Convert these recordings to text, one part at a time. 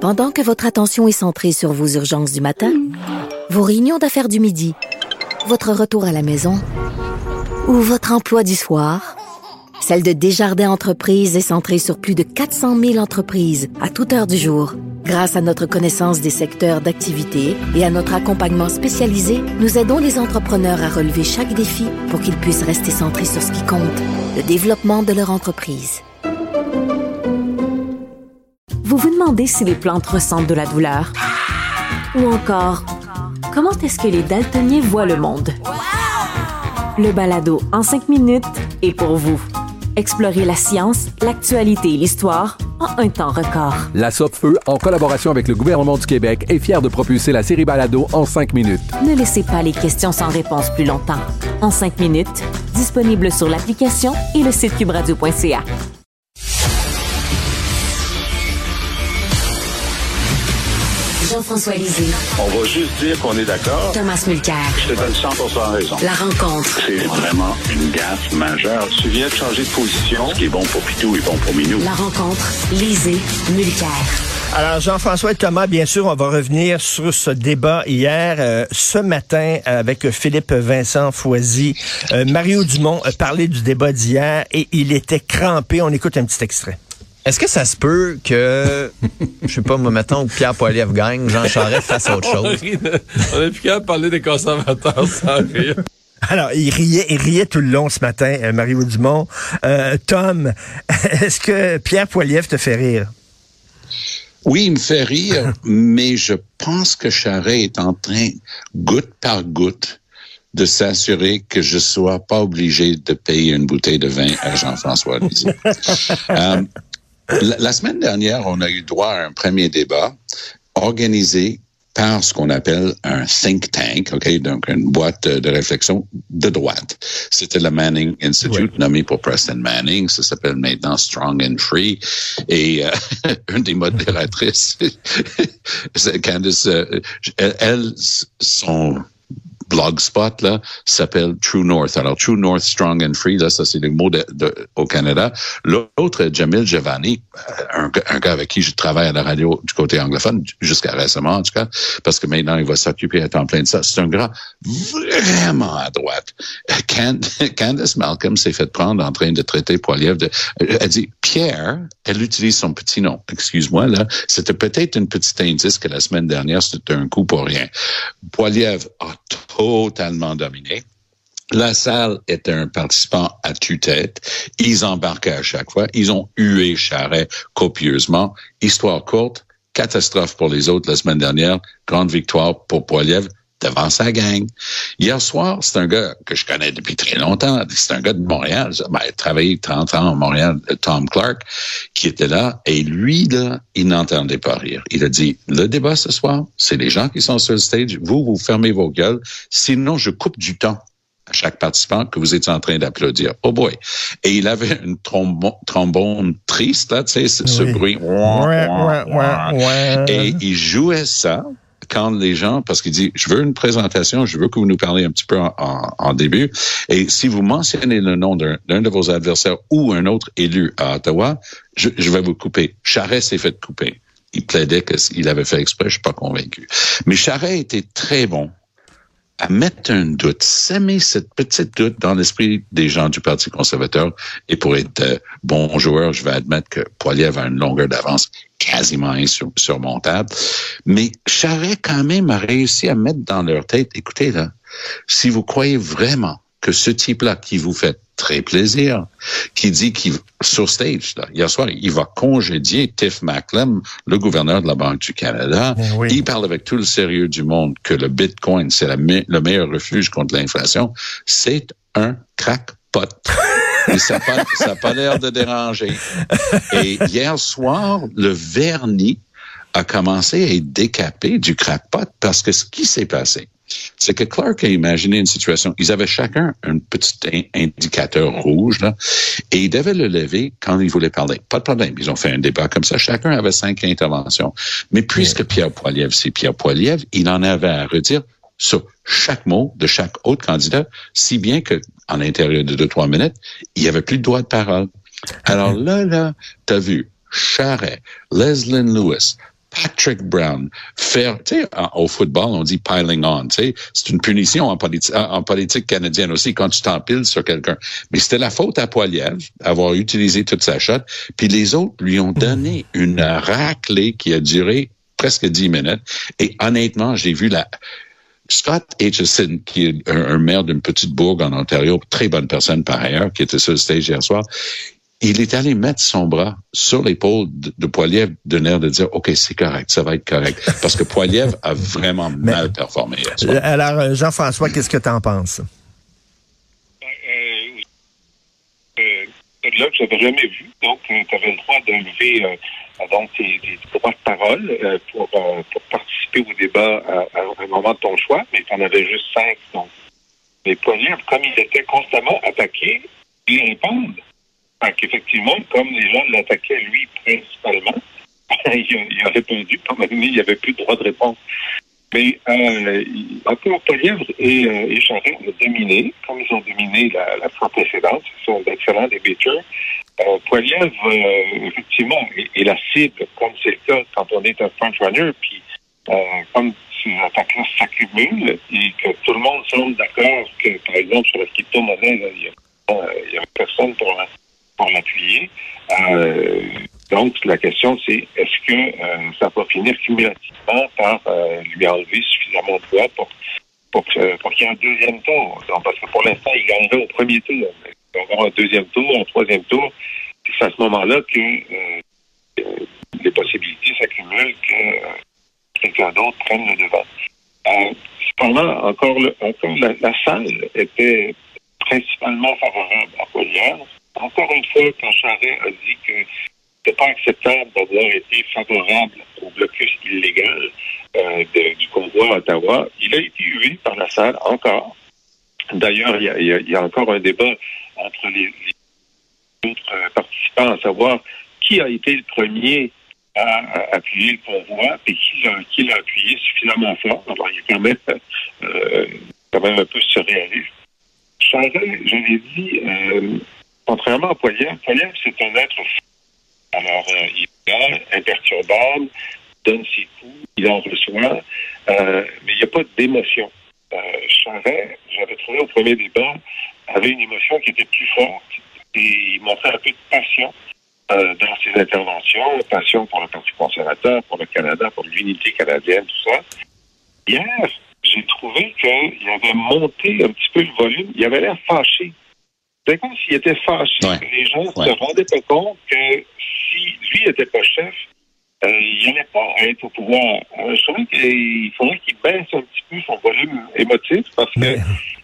Pendant que votre attention est centrée sur vos urgences du matin, vos réunions d'affaires du midi, votre retour à la maison ou votre emploi du soir, celle de Desjardins Entreprises est centrée sur plus de 400 000 entreprises à toute heure du jour. Grâce à notre connaissance des secteurs d'activité et à notre accompagnement spécialisé, nous aidons les entrepreneurs à relever chaque défi pour qu'ils puissent rester centrés sur ce qui compte, le développement de leur entreprise. Vous vous demandez si les plantes ressentent de la douleur? Ou encore, comment est-ce que les daltoniens voient le monde? Le balado en 5 minutes est pour vous. Explorez la science, l'actualité et l'histoire en un temps record. La Sopfeu, en collaboration avec le gouvernement du Québec, est fière de propulser la série Balado en 5 minutes. Ne laissez pas les questions sans réponse plus longtemps. En 5 minutes, disponible sur l'application et le site cubradio.ca. Jean-François Lisée. On va juste dire qu'on est d'accord. Thomas Mulcair. Je te donne 100% raison. La rencontre. C'est vraiment une gaffe majeure. Tu viens de changer de position. Ce qui est bon pour Pitou est bon pour Minou. La rencontre. Lisée. Mulcair. Alors, Jean-François et Thomas, bien sûr, on va revenir sur ce débat hier. Ce matin, avec Philippe Vincent Foisy, Mario Dumont a parlé du débat d'hier et il était crampé. On écoute un petit extrait. Est-ce que ça se peut que, je sais pas, moi, mettons, Pierre Poilievre gagne, Jean Charest fasse autre chose? On est plus capable de parler des conservateurs sans rire. Alors, il riait tout le long ce matin, Mario Dumont. Tom, est-ce que Pierre Poilievre te fait rire? Oui, il me fait rire, mais je pense que Charest est en train, goutte par goutte, de s'assurer que je sois pas obligé de payer une bouteille de vin à Jean-François Lisée. La semaine dernière, on a eu droit à un premier débat organisé par ce qu'on appelle un think tank, donc une boîte de réflexion de droite. C'était le Manning Institute, nommé pour Preston Manning. Ça s'appelle maintenant Strong and Free. Et une des modératrices, Candice, son blogspot là s'appelle True North. Alors True North, Strong and Free, là, ça c'est le mot au Canada. L'autre, Jamil Javani, un gars avec qui je travaille à la radio du côté anglophone jusqu'à récemment en tout cas, parce que maintenant il va s'occuper à temps plein de ça. C'est un gars vraiment à droite. Candice Malcolm s'est fait prendre en train de traiter Poilievre de. Elle dit Pierre, elle utilise son petit nom. Excuse-moi là, c'était peut-être une petite indice que la semaine dernière c'était un coup pour rien. Poilievre a totalement dominé. La salle était un participant à tue-tête. Ils embarquaient à chaque fois. Ils ont hué Charest copieusement. Histoire courte, catastrophe pour les autres la semaine dernière. Grande victoire pour Poilievre devant sa gang. Hier soir, c'est un gars que je connais depuis très longtemps. C'est un gars de Montréal. Il a travaillé 30 ans à Montréal, Tom Clark, qui était là. Et lui, là, il n'entendait pas rire. Il a dit, le débat ce soir, c'est les gens qui sont sur le stage. Vous fermez vos gueules. Sinon, je coupe du temps à chaque participant que vous étiez en train d'applaudir. Oh boy. Et il avait une trombone triste, là, tu sais, ce bruit. Et il jouait ça quand les gens, parce qu'il dit, je veux une présentation, je veux que vous nous parliez un petit peu en début. Et si vous mentionnez le nom d'un de vos adversaires ou un autre élu à Ottawa, je vais vous couper. Charest s'est fait couper. Il plaidait qu'il avait fait exprès, je suis pas convaincu. Mais Charest était très bon à mettre un doute, s'aimer cette petite doute dans l'esprit des gens du Parti conservateur. Et pour être bon joueur, je vais admettre que Poilievre a une longueur d'avance quasiment insurmontable. Mais Charest, quand même, a réussi à mettre dans leur tête, écoutez, là, si vous croyez vraiment que ce type-là qui vous fait très plaisir, qui dit qu'il, sur stage, là, hier soir, il va congédier Tiff Macklem, le gouverneur de la Banque du Canada. Oui. Il parle avec tout le sérieux du monde que le Bitcoin, c'est le meilleur refuge contre l'inflation. C'est un crackpot. Et ça n'a pas l'air de déranger. Et hier soir, le vernis a commencé à être décapé du crackpot parce que ce qui s'est passé, c'est que Clark a imaginé une situation. Ils avaient chacun un petit indicateur rouge, là, et ils devaient le lever quand ils voulaient parler. Pas de problème. Ils ont fait un débat comme ça. Chacun avait 5 interventions. Mais puisque Pierre Poilievre, c'est Pierre Poilievre, il en avait à redire sur chaque mot de chaque autre candidat, si bien que, en l'intérieur de 2-3 minutes, il n'y avait plus de droit de parole. Alors là, t'as vu Charest, Leslyn Lewis, Patrick Brown, faire, tu sais, au football, on dit piling on, tu sais, c'est une punition en politique canadienne aussi quand tu t'empiles sur quelqu'un. Mais c'était la faute à Poilievre, avoir utilisé toute sa shot, puis les autres lui ont donné une raclée qui a duré presque 10 minutes. Et honnêtement, j'ai vu Scott Aitchison, qui est un maire d'une petite bourg en Ontario, très bonne personne par ailleurs, qui était sur le stage hier soir, il est allé mettre son bras sur l'épaule de Poilievre d'un air de dire « OK, c'est correct, ça va être correct ». Parce que Poilievre a vraiment mal performé hier soir. Alors, Jean-François, qu'est-ce que tu en penses? Là que j'avais jamais vu, donc tu avais le droit d'enlever tes droits de parole pour participer au débat à un moment de ton choix, mais tu en avais juste 5. Donc, mais Poilievre, comme il était constamment attaqué, il répondent. Donc, effectivement, comme les gens l'attaquaient lui principalement, il a répondu, comme il n'y avait plus de droit de réponse. Mais encore Poilievre et Charest ont dominé, comme ils ont dominé la fois précédente. Ce sont d'excellents débatteurs. Poilievre, effectivement, est la cible, comme c'est le cas quand on est un front-runner, puis comme ces attaques-là s'accumulent et que tout le monde semble d'accord que, par exemple, sur la crypto-monnaie, il y a personne pour l'appuyer. Donc, la question, c'est est-ce que ça va finir cumulativement par lui enlever suffisamment de voix pour qu'il y ait un deuxième tour? Donc, parce que pour l'instant, il gagnerait au premier tour. Il va y avoir un deuxième tour, un troisième tour. Puis c'est à ce moment-là que les possibilités s'accumulent que quelqu'un d'autre prenne le devant. Cependant, encore la salle était principalement favorable à Poilievre. Encore une fois, quand Charest a dit que c'était pas acceptable d'avoir été favorable au blocus illégal du convoi à Ottawa, il a été hué par la salle encore. D'ailleurs, il y a encore un débat entre les autres participants à savoir qui a été le premier à appuyer le convoi et qui l'a appuyé suffisamment fort. Alors, il est quand même un peu surréaliste. Charest, je l'ai dit, contrairement à Poilievre, c'est un être fou. Alors, il est là, imperturbable, donne ses coups, il en reçoit, mais il n'y a pas d'émotion. Charest, j'avais trouvé au premier débat, avait une émotion qui était plus forte et il montrait un peu de passion dans ses interventions, passion pour le Parti conservateur, pour le Canada, pour l'unité canadienne, tout ça. Hier, j'ai trouvé qu'il avait monté un petit peu le volume. Il avait l'air fâché. C'est comme s'il était fâché. Ouais. Les gens ne se rendaient pas compte que si lui n'était pas chef, il n'allait pas être au pouvoir. Je trouvais qu'il faudrait qu'il baisse un petit peu son volume émotif parce que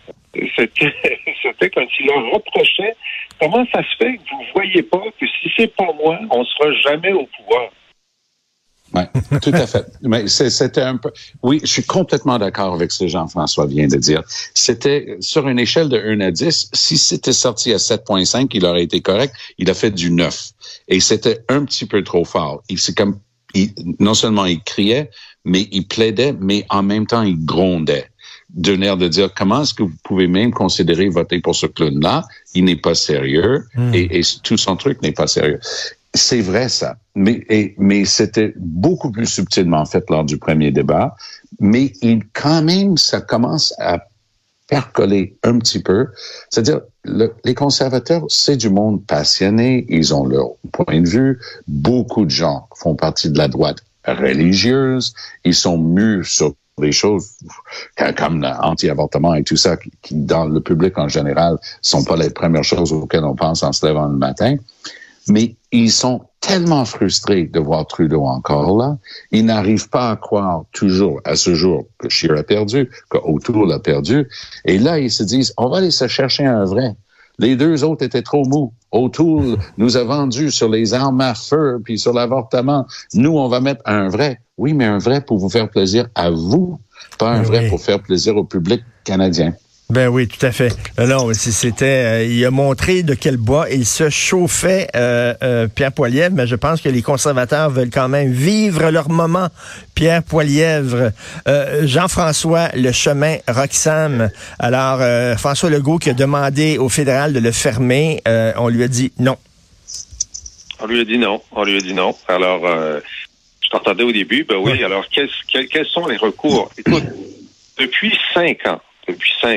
c'était comme s'il leur reprochait comment ça se fait que vous ne voyez pas que si c'est pas moi, on ne sera jamais au pouvoir. Oui, tout à fait. Mais c'était un peu. Oui, je suis complètement d'accord avec ce que Jean-François vient de dire. C'était sur une échelle de 1 à 10, si c'était sorti à 7.5, il aurait été correct. Il a fait du 9. Et c'était un petit peu trop fort. Non seulement il criait, mais il plaidait, mais en même temps, il grondait. D'un air de dire, comment est-ce que vous pouvez même considérer voter pour ce clown-là? Il n'est pas sérieux et tout son truc n'est pas sérieux. C'est vrai, ça. Mais c'était beaucoup plus subtilement fait lors du premier débat. Mais quand même, ça commence à percoler un petit peu. C'est-à-dire, les conservateurs, c'est du monde passionné. Ils ont leur point de vue. Beaucoup de gens font partie de la droite religieuse. Ils sont mûrs sur des choses comme l'anti-avortement et tout ça, qui, dans le public en général, sont pas les premières choses auxquelles on pense en se levant le matin. Mais ils sont tellement frustrés de voir Trudeau encore là. Ils n'arrivent pas à croire toujours, à ce jour, que Scheer a perdu, que O'Toole a perdu. Et là, ils se disent, on va aller se chercher un vrai. Les deux autres étaient trop mous. O'Toole nous a vendu sur les armes à feu puis sur l'avortement. Nous, on va mettre un vrai. Oui, mais un vrai pour vous faire plaisir à vous, pas un vrai pour faire plaisir au public canadien. Ben oui, tout à fait. Non, c'était, il a montré de quel bois il se chauffait, Pierre Poilievre, mais je pense que les conservateurs veulent quand même vivre leur moment. Pierre Poilievre, Jean-François, le chemin Roxham. Alors, François Legault qui a demandé au fédéral de le fermer, on lui a dit non. On lui a dit non. Alors, je m'entendais au début? Ben oui, alors quels sont les recours? Écoute, depuis 5 ans que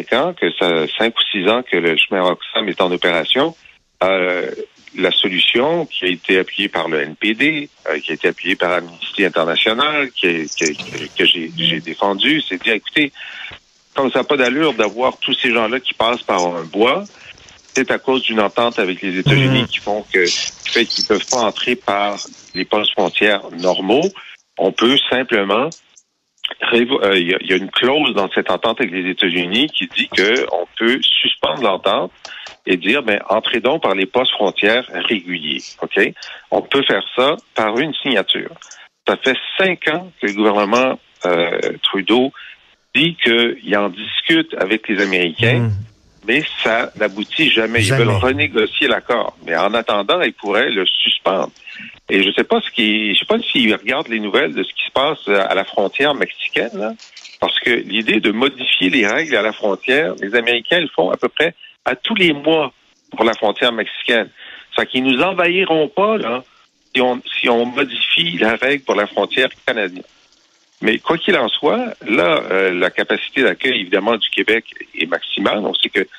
5 ou 6 ans que le chemin Roxham est en opération, la solution qui a été appuyée par le NPD, qui a été appuyée par Amnesty International, que j'ai défendu, c'est de dire, écoutez, comme ça n'a pas d'allure d'avoir tous ces gens-là qui passent par un bois, c'est à cause d'une entente avec les États-Unis qui fait qu'ils peuvent pas entrer par les postes frontières normaux. On peut simplement il y a une clause dans cette entente avec les États-Unis qui dit que on peut suspendre l'entente et dire, entrez donc par les postes frontières réguliers, OK? On peut faire ça par une signature. Ça fait 5 ans que le gouvernement Trudeau dit qu'il en discute avec les Américains, mais ça n'aboutit jamais. Ils veulent renégocier l'accord. Mais en attendant, ils pourraient le suspendre. Et je sais pas s'ils regardent les nouvelles de ce qui se passe à la frontière mexicaine, là, parce que l'idée de modifier les règles à la frontière, les Américains le font à peu près à tous les mois pour la frontière mexicaine. Ça fait qu'ils nous envahiront pas, là, si on modifie la règle pour la frontière canadienne. Mais quoi qu'il en soit, là, la capacité d'accueil, évidemment, du Québec est maximale. On sait que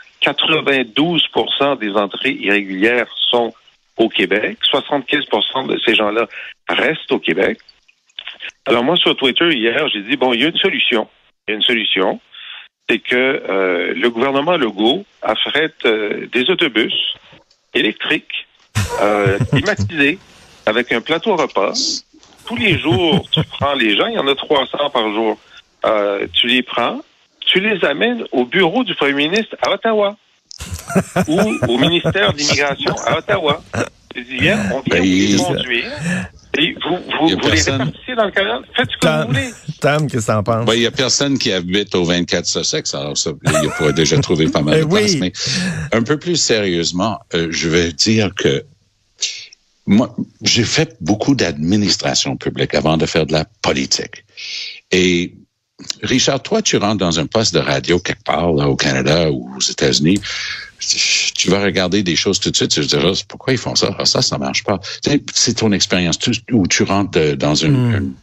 92% des entrées irrégulières sont au Québec. 75% de ces gens-là restent au Québec. Alors moi, sur Twitter, hier, j'ai dit, il y a une solution. Il y a une solution. C'est que le gouvernement Legault affrète des autobus électriques, climatisés, avec un plateau repas. Tous les jours, tu prends les gens, il y en a 300 par jour. Tu les prends, tu les amènes au bureau du premier ministre à Ottawa ou au ministère de l'Immigration à Ottawa. Tu dis, on vient vous les conduire et vous les répartissez dans le canal. Faites ce que vous voulez. Tam, qu'est-ce que t'en penses? Il y a personne qui habite au 24 Sussex, alors ça, il pourrait déjà trouver pas mal de place. Mais un peu plus sérieusement, je vais dire que moi, j'ai fait beaucoup d'administration publique avant de faire de la politique. Et Richard, toi, tu rentres dans un poste de radio quelque part, là, au Canada ou aux États-Unis, tu vas regarder des choses tout de suite, tu te diras, pourquoi ils font ça? Ah, ça marche pas. C'est ton expérience où tu rentres dans une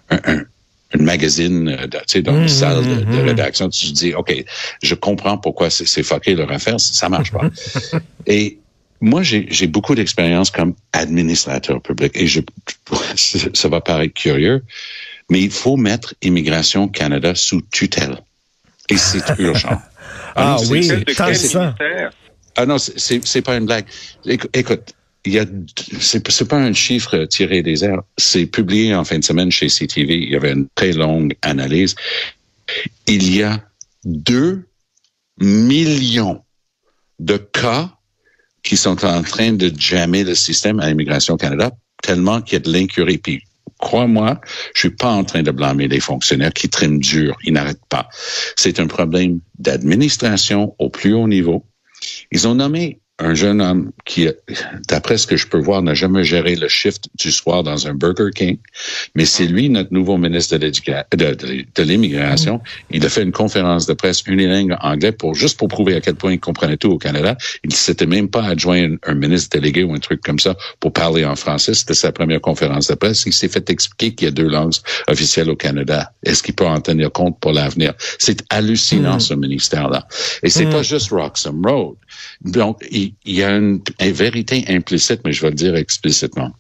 magazine, dans une salle de rédaction, tu te dis, OK, je comprends pourquoi c'est fucké leur affaire, ça marche pas. Et moi, j'ai beaucoup d'expérience comme administrateur public et ça va paraître curieux, mais il faut mettre Immigration Canada sous tutelle. Et c'est urgent. Ça. Ah non, c'est pas une blague. Écoute, c'est pas un chiffre tiré des airs. C'est publié en fin de semaine chez CTV. Il y avait une très longue analyse. Il y a 2 millions de cas qui sont en train de jammer le système à Immigration Canada tellement qu'il y a de l'incurie. Puis, crois-moi, je suis pas en train de blâmer les fonctionnaires qui triment dur. Ils n'arrêtent pas. C'est un problème d'administration au plus haut niveau. Ils ont nommé un jeune homme qui, d'après ce que je peux voir, n'a jamais géré le shift du soir dans un Burger King. Mais c'est lui, notre nouveau ministre de l'Immigration. Il a fait une conférence de presse unilingue anglais juste pour prouver à quel point il comprenait tout au Canada. Il ne s'était même pas adjoint un ministre délégué ou un truc comme ça pour parler en français. C'était sa première conférence de presse. Il s'est fait expliquer qu'il y a 2 langues officielles au Canada. Est-ce qu'il peut en tenir compte pour l'avenir? C'est hallucinant, ce ministère-là. Et c'est pas juste Roxham Road. Donc, il y a une vérité implicite, mais je vais le dire explicitement.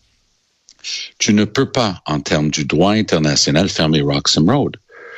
Tu ne peux pas, en termes du droit international, fermer Roxham Road.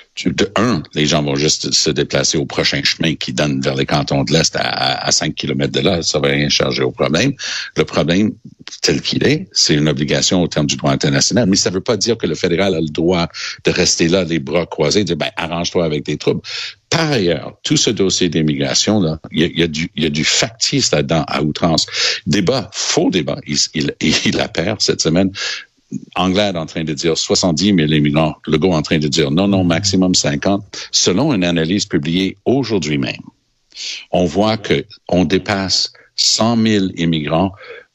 Les gens vont juste se déplacer au prochain chemin qui donne vers les cantons de l'Est à 5 kilomètres de là. Ça va rien changer au problème. Le problème, tel qu'il est, c'est une obligation au terme du droit international. Mais ça ne veut pas dire que le fédéral a le droit de rester là, les bras croisés, de dire, arrange-toi avec tes troubles. Par ailleurs, tout ce dossier d'immigration, là, il y a du factice là-dedans à outrance. Faux débat. Il a perd cette semaine. Anglade en train de dire 70 000 immigrants, Legault en train de dire non, maximum 50. Selon une analyse publiée aujourd'hui même, on voit que on dépasse 100 000 immigrants,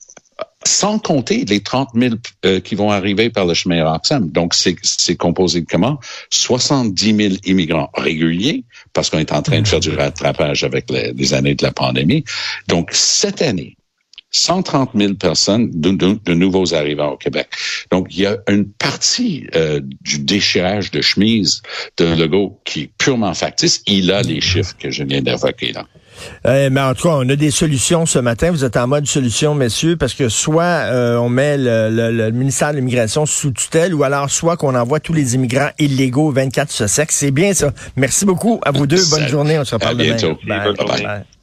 sans compter les 30 000 qui vont arriver par le chemin Roxham. Donc, c'est composé de comment? 70 000 immigrants réguliers, parce qu'on est en train de faire du rattrapage avec les années de la pandémie. Donc, cette année, 130 000 personnes de nouveaux arrivants au Québec. Donc, il y a une partie du déchirage de chemise de Legault qui est purement factice. Il a les chiffres que je viens d'évoquer là. Mais en tout cas, on a des solutions ce matin. Vous êtes en mode solution, messieurs, parce que soit on met le ministère de l'Immigration sous tutelle, ou alors soit qu'on envoie tous les immigrants illégaux 24 Sussex. C'est bien ça. Merci beaucoup à vous deux. Bonne journée. On se reparle demain. À bientôt. Bye. Bye.